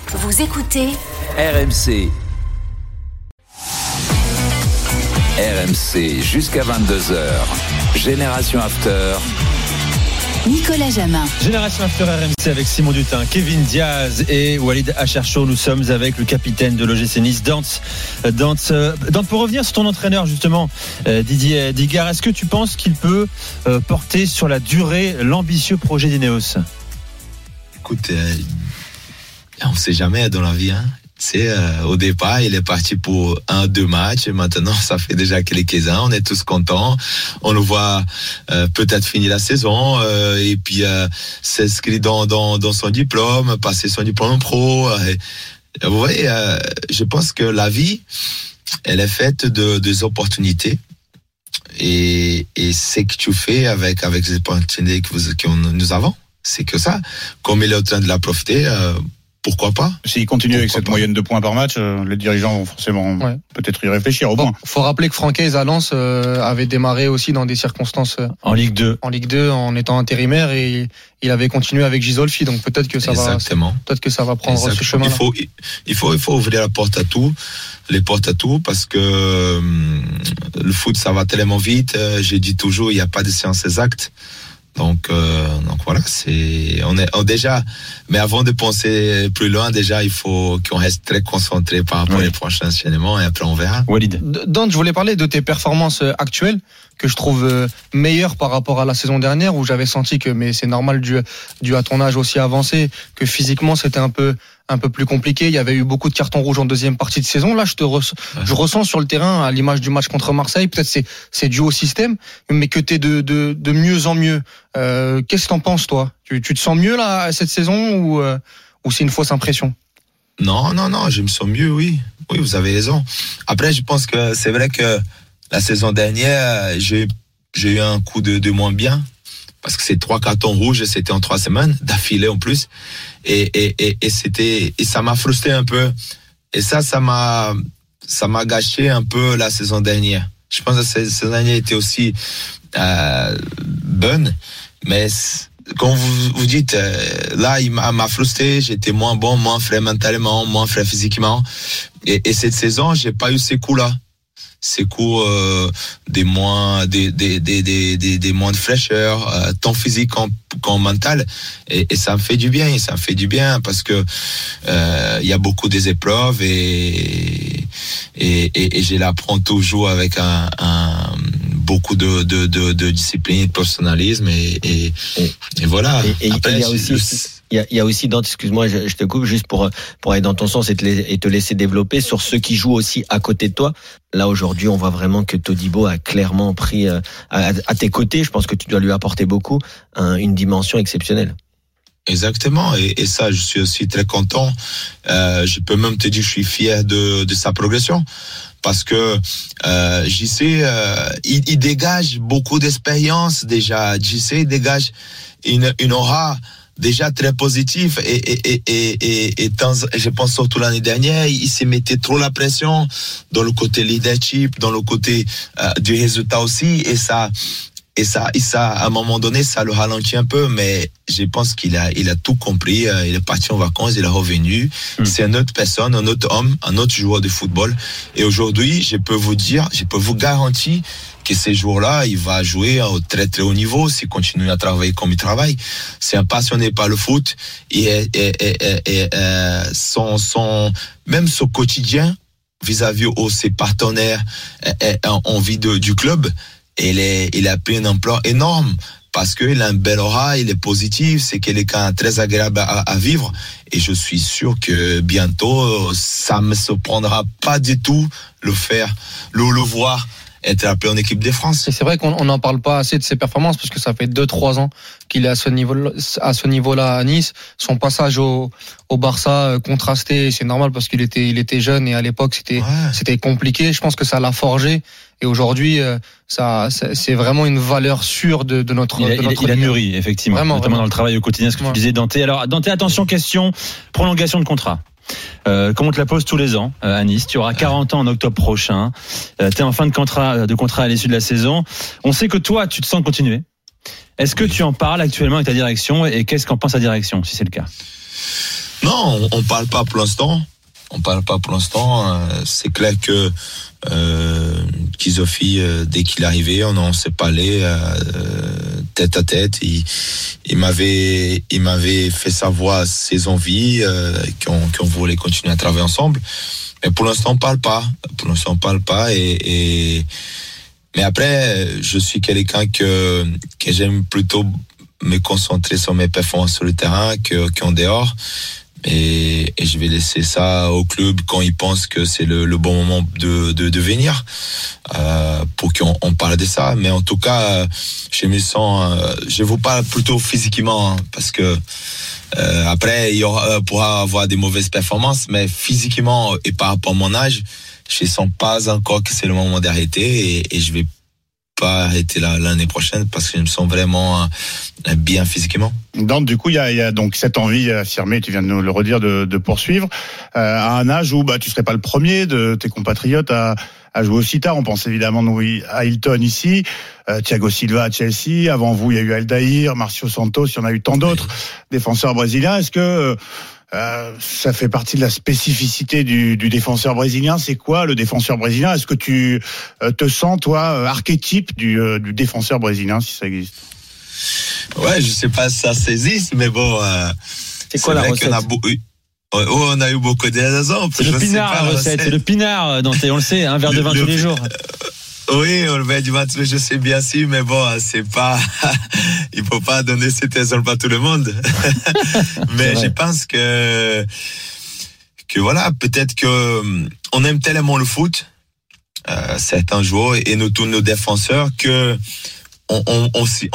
Vous écoutez RMC. RMC jusqu'à 22h. Génération After. Nicolas Jamin. Génération After RMC avec Simon Dutin, Kevin Diaz et Walid Acharchour. Nous sommes avec le capitaine de l'OGC Nice, Dante. Dante, pour revenir sur ton entraîneur justement, Didier Digard, est-ce que tu penses qu'il peut porter sur la durée l'ambitieux projet d'Ineos ? Écoute, on ne sait jamais dans la vie, hein. Au départ, il est parti pour 1-2 matchs et maintenant, ça fait déjà quelques-uns. On est tous contents. On le voit peut-être finir la saison et puis s'inscrire dans son diplôme, passer son diplôme pro. Vous voyez, je pense que la vie, elle est faite des opportunités. Et ce que tu fais avec les opportunités que nous avons, c'est que ça. Comme il est en train de la profiter, pourquoi pas ? S'il continue avec cette moyenne de points par match, les dirigeants vont forcément peut-être y réfléchir au moins. Faut rappeler que Francaise à Lens avait démarré aussi dans des circonstances en Ligue 2. En Ligue 2 en étant intérimaire et il avait continué avec Gisolfi, donc peut-être que ça va prendre ce chemin. Il faut ouvrir la porte à tout, les portes à tout, parce que le foot ça va tellement vite. J'ai dit toujours, il n'y a pas de science exacte. Donc voilà, on est déjà. Mais avant de penser plus loin, déjà, il faut qu'on reste très concentré par rapport aux prochains enchaînements et après on verra. Walid. Dante, je voulais parler de tes performances actuelles que je trouve meilleures par rapport à la saison dernière où j'avais senti que, mais c'est normal dû à ton âge aussi avancé, que physiquement c'était un peu plus compliqué. Il y avait eu beaucoup de cartons rouges en deuxième partie de saison. Là, je ressens sur le terrain, à l'image du match contre Marseille, peut-être c'est dû au système, mais que t'es de mieux en mieux. Qu'est-ce que t'en penses, toi ? Tu te sens mieux là cette saison ou c'est une fausse impression ? Non, je me sens mieux, oui. Oui, vous avez raison. Après, je pense que c'est vrai que la saison dernière, j'ai eu un coup de moins bien. Parce que c'est 3 cartons rouges, c'était en 3 semaines, d'affilée en plus. Et ça m'a frustré un peu. Et ça m'a gâché un peu la saison dernière. Je pense que la saison dernière était aussi bonne. Mais quand vous dites, là, il m'a frustré, j'étais moins bon, moins frais mentalement, moins frais physiquement. Et cette saison, j'ai pas eu ces coups-là. Ces coups des moins de fraîcheur, tant physique qu'en mental, et ça me fait du bien, parce que il y a beaucoup des épreuves et je l'apprends toujours avec beaucoup de discipline, de professionnalisme et voilà. Et après, il y a aussi, Dante, excuse-moi, je te coupe juste pour aller dans ton sens et te laisser développer sur ceux qui jouent aussi à côté de toi. Là, aujourd'hui, on voit vraiment que Todibo a clairement pris à tes côtés. Je pense que tu dois lui apporter beaucoup, une dimension exceptionnelle. Exactement, et ça, je suis aussi très content. Je peux même te dire que je suis fier de sa progression. Parce que JC, il dégage beaucoup d'expérience déjà. JC dégage une aura déjà très positif et je pense surtout l'année dernière, il se mettait trop la pression dans le côté leadership, dans le côté du résultat aussi, et ça à un moment donné ça le ralentit un peu, mais je pense qu'il a tout compris. Il est parti en vacances, il est revenu. C'est une autre personne, un autre homme, un autre joueur de football, et aujourd'hui je peux vous garantir que ces jours-là, il va jouer au très très haut niveau s'il continue à travailler comme il travaille. C'est un passionné par le foot et même son quotidien vis-à-vis de ses partenaires en vie du club, il a pris un emploi énorme parce qu'il a une belle aura, il est positif, c'est quelqu'un très agréable à vivre, et je suis sûr que bientôt ça me surprendra pas du tout le voir être appelé en équipe de France. Et c'est vrai qu'on n'en parle pas assez de ses performances parce que ça fait 2-3 ans qu'il est à ce niveau-là à Nice. Son passage au Barça contrasté, c'est normal parce qu'il était jeune et à l'époque c'était compliqué. Je pense que ça l'a forgé. Et aujourd'hui, c'est vraiment une valeur sûre de notre. Il a mûri, effectivement, notamment dans le travail au quotidien, ce que tu disais, Dante. Alors, Dante, attention, question prolongation de contrat. Comme on te la pose tous les ans à Nice, tu auras 40 ans en octobre prochain. Tu es en fin de contrat à l'issue de la saison. On sait que toi, tu te sens continuer. Est-ce que tu en parles actuellement avec ta direction et qu'est-ce qu'en pense la direction, si c'est le cas ? Non, on parle pas pour l'instant. C'est clair que Kizofi, dès qu'il est arrivé, on s'est parlé tête à tête. Il m'avait fait savoir ses envies, qu'on voulait continuer à travailler ensemble. Mais pour l'instant, on parle pas. Mais après, je suis quelqu'un que j'aime plutôt me concentrer sur mes performances sur le terrain qu'en dehors. Et je vais laisser ça au club quand ils pensent que c'est le bon moment de venir, pour qu'on parle de ça. Mais en tout cas, je me sens, je vous parle plutôt physiquement, parce que après il y pourra avoir des mauvaises performances, mais physiquement et par rapport à mon âge, je sens pas encore que c'est le moment d'arrêter, et je vais pas arrêter l'année prochaine parce que je me sens vraiment bien physiquement. Donc, du coup, il y a donc cette envie affirmée, tu viens de nous le redire, de poursuivre à un âge où tu serais pas le premier de tes compatriotes à jouer aussi tard. On pense évidemment à Hilton ici, Thiago Silva à Chelsea. Avant vous, il y a eu Aldair, Marcio Santos, il y en a eu tant d'autres défenseurs brésiliens. Est-ce que ça fait partie de la spécificité du défenseur brésilien? C'est quoi le défenseur brésilien? Est-ce que tu te sens, toi, archétype du défenseur brésilien, si ça existe? Ouais, je sais pas si ça existe, mais bon, c'est quoi la recette? On a eu beaucoup d'exemples. C'est le pinard, la recette. C'est le pinard, Dante, on le sait, un verre de vin tous les jours. Oui, on le met du matin, je sais bien si, mais bon, c'est pas, il faut pas donner cet exemple à tout le monde. Mais je pense que voilà, peut-être que on aime tellement le foot, certains joueurs et nous tous nos défenseurs, que on s'y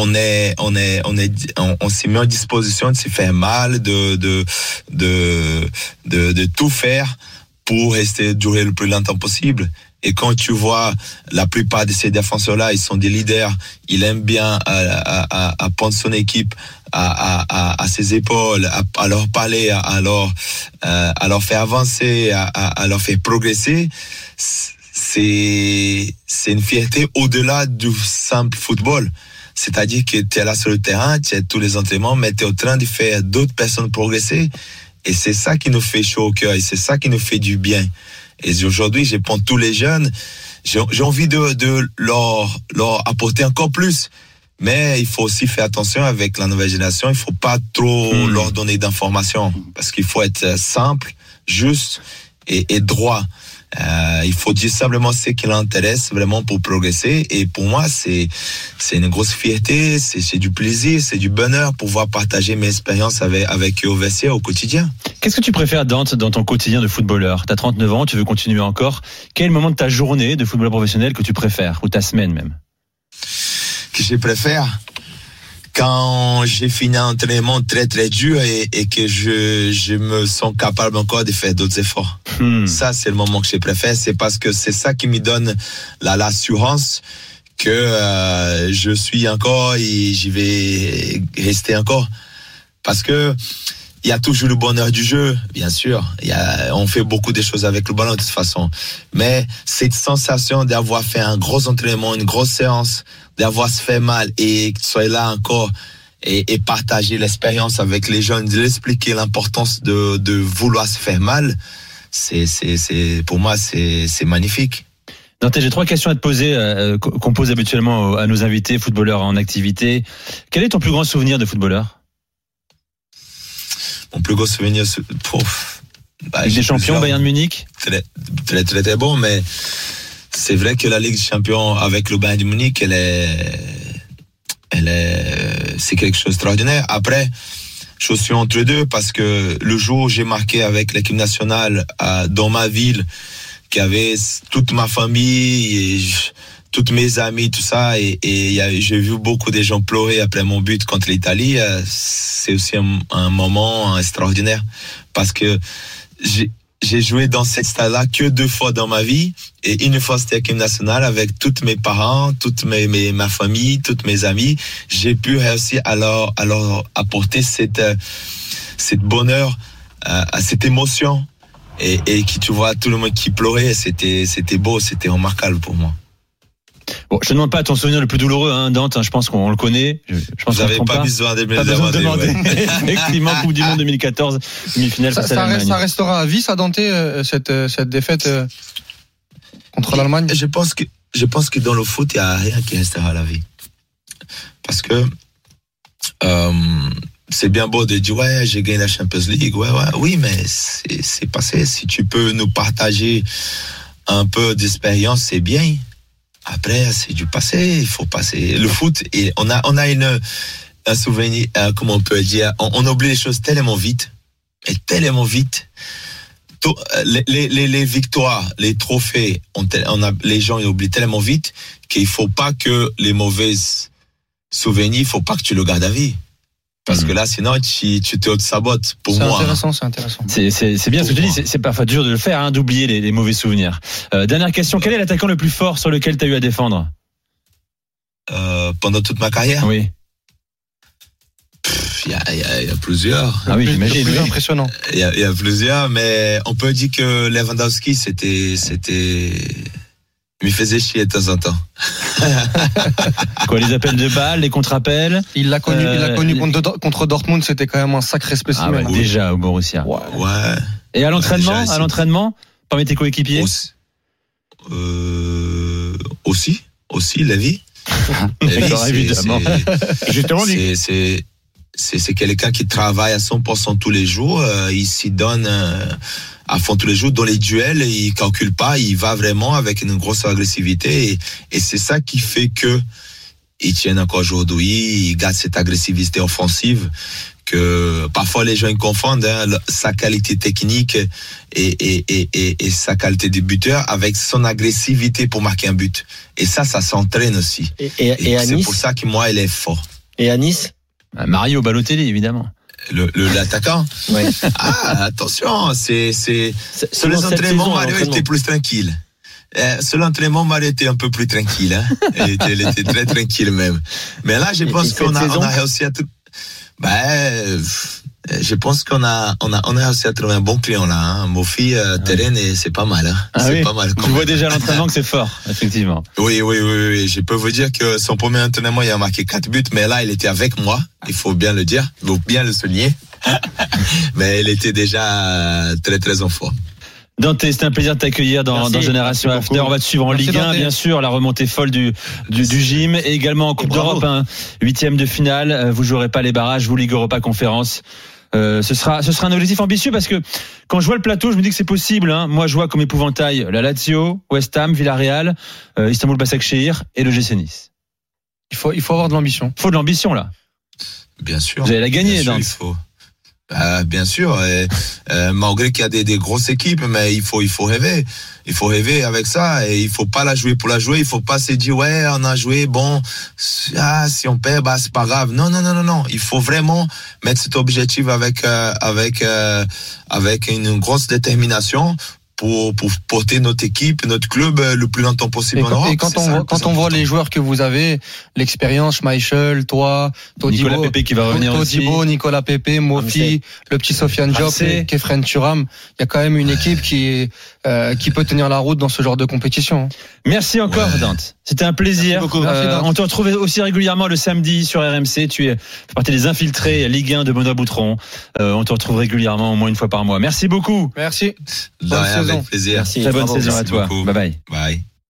met en disposition de se faire mal, de tout faire pour durer le plus longtemps possible. Et quand tu vois la plupart de ces défenseurs-là, ils sont des leaders, ils aiment bien à prendre son équipe à ses épaules, à leur parler, à leur faire avancer, à leur faire progresser. C'est une fierté au-delà du simple football. C'est-à-dire que tu es là sur le terrain, tu as tous les entraînements, mais tu es en train de faire d'autres personnes progresser. Et c'est ça qui nous fait chaud au cœur, et c'est ça qui nous fait du bien. Et aujourd'hui, je prends tous les jeunes, j'ai envie de leur apporter encore plus. Mais il faut aussi faire attention avec la nouvelle génération, il faut pas trop leur donner d'informations, parce qu'il faut être simple, juste et droit. Il faut dire simplement ce qui l'intéresse vraiment pour progresser. Et pour moi, c'est une grosse fierté, c'est du plaisir, c'est du bonheur pouvoir partager mes expériences avec eux au vestiaire, au quotidien. Qu'est-ce que tu préfères, Dante, dans ton quotidien de footballeur? T'as 39 ans, tu veux continuer encore. Quel moment de ta journée de footballeur professionnel que tu préfères, ou ta semaine même? Que je préfère quand j'ai fini un entraînement très très dur et que je me sens capable encore de faire d'autres efforts. Ça, c'est le moment que je préfère. C'est parce que c'est ça qui me donne l'assurance que je suis encore et j'y vais rester encore. Parce que il y a toujours le bonheur du jeu, bien sûr. On fait beaucoup de choses avec le ballon de toute façon. Mais cette sensation d'avoir fait un gros entraînement, une grosse séance, d'avoir se fait mal et que tu sois là encore et partager l'expérience avec les jeunes, de leur expliquer l'importance de vouloir se faire mal, pour moi, c'est magnifique. Dante, j'ai 3 questions à te poser, qu'on pose habituellement à nos invités, footballeurs en activité. Quel est ton plus grand souvenir de footballeur? Mon plus gros souvenir, Ligue des Champions, Bayern de Munich. Très, très, très bon, mais c'est vrai que la Ligue des Champions avec le Bayern de Munich, c'est quelque chose d'extraordinaire. Après, je suis entre deux parce que le jour où j'ai marqué avec l'équipe nationale dans ma ville, qui avait toute ma famille et toutes mes amis, tout ça, et j'ai vu beaucoup de gens pleurer après mon but contre l'Italie. C'est aussi un moment extraordinaire parce que j'ai joué dans cette stade-là que 2 fois dans ma vie, et une fois c'était l'équipe nationale avec tous mes parents, toute ma famille, tous mes amis. J'ai pu réussir à leur apporter cette bonheur, cette émotion, et qui, tu vois, tout le monde qui pleurait, c'était beau, c'était remarquable pour moi. Bon, je te demande pas ton souvenir le plus douloureux, hein, Dante. Je pense qu'on le connaît. Je pense Vous qu'on n'avez se trompe pas besoin de me Pas le besoin de demander. demander. Ouais. Effectivement, Coupe du Monde 2014, demi-finale face à l'Allemagne. Ça restera à vie, ça, Dante, cette défaite contre l'Allemagne. Je pense que dans le foot, il n'y a rien qui restera à la vie. Parce que c'est bien beau de dire ouais, j'ai gagné la Champions League, oui, mais c'est passé. Si tu peux nous partager un peu d'expérience, c'est bien. Après, c'est du passé. Il faut passer. Le foot, et on a un souvenir, comment on peut dire, on oublie les choses tellement vite, Les victoires, les trophées, les gens ils oublient tellement vite qu'il faut pas que les mauvais souvenirs, il faut pas que tu le gardes à vie. Parce que là, sinon, tu te sabotes pour moi. C'est intéressant. C'est bien ce que tu dis. C'est parfois dur de le faire, hein, d'oublier les mauvais souvenirs. Dernière question. Quel est l'attaquant le plus fort sur lequel tu as eu à défendre? Pendant toute ma carrière? Oui. Il y a plusieurs. Ah oui, j'imagine. Plus impressionnant. Il y a plusieurs, mais on peut dire que Lewandowski, il me faisait chier de temps en temps. Quoi, les appels de balles, les contre-appels? Il l'a connu contre Dortmund, c'était quand même un sacré spécimen. Ah ouais, déjà au Borussia. Ouais. Et à l'entraînement, parmi tes coéquipiers? Aussi, Lévi. D'accord, évidemment. Justement, c'est quelqu'un qui travaille à 100% tous les jours. Il s'y donne à fond tous les jours. Dans les duels, il calcule pas. Il va vraiment avec une grosse agressivité. Et c'est ça qui fait que il tient encore aujourd'hui. Il garde cette agressivité offensive que parfois les gens ils confondent, hein, sa qualité technique et sa qualité de buteur avec son agressivité pour marquer un but. Et ça s'entraîne aussi. Et à c'est Nice, pour ça que moi, il est fort. Et à Nice? Mario Balotelli, évidemment. Ouais. L'attaquant. Attention, sur les entraînements, Mario était plus tranquille. Sur l'entraînement, Mario était un peu plus tranquille. Hein. Il était très tranquille même. Mais là, je pense qu'on a réussi à... je pense qu'on a réussi à trouver un bon client là. Hein. Mofi, terrain, et c'est pas mal. Hein. C'est pas mal. Tu vois déjà à l'entraînement que c'est fort, effectivement. Oui. Je peux vous dire que son premier entraînement, il a marqué 4 buts, mais là, il était avec moi. Il faut bien le dire, il faut bien le souligner. Mais il était déjà très, très en forme. Dante, c'était un plaisir de t'accueillir dans Génération After. On va te suivre en Ligue 1, bien sûr, la remontée folle du gym, et également en Coupe d'Europe, 8e de finale. Vous jouerez pas les barrages, vous Ligue Europa Conférence. Ce sera un objectif ambitieux parce que quand je vois le plateau, je me dis que c'est possible. Hein. Moi, je vois comme épouvantail la Lazio, West Ham, Villarreal, Istanbul Basaksehir et le GC Nice. Il faut avoir de l'ambition. Il faut de l'ambition là. Bien sûr. Vous allez la gagner, Dante. Dante. Il faut. Bien sûr, malgré qu'il y a des grosses équipes, mais il faut rêver. Il faut rêver avec ça et il faut pas la jouer pour la jouer. Il faut pas se dire ouais, on a joué, bon, si on perd, c'est pas grave. Non. Il faut vraiment mettre cet objectif avec une grosse détermination pour porter notre équipe, notre club le plus longtemps possible en Europe. Et quand on voit les joueurs que vous avez, l'expérience, Schmeichel, toi, Todibo, Nicolas Pepe qui va revenir Todibo, aussi. Nicolas Pepe, Mofi, le petit Sofiane Diop, Kefren Turam, il y a quand même une équipe qui peut tenir la route dans ce genre de compétition. Merci encore, Dante. C'était un plaisir. Merci beaucoup. On te retrouve aussi régulièrement le samedi sur RMC. Tu fais partie des infiltrés Ligue 1 de Benoît Boutron. On te retrouve régulièrement, au moins une fois par mois. Merci beaucoup. Merci. Avec plaisir. Merci. Très bonne saison à Merci toi. beaucoup. Bye bye. Bye.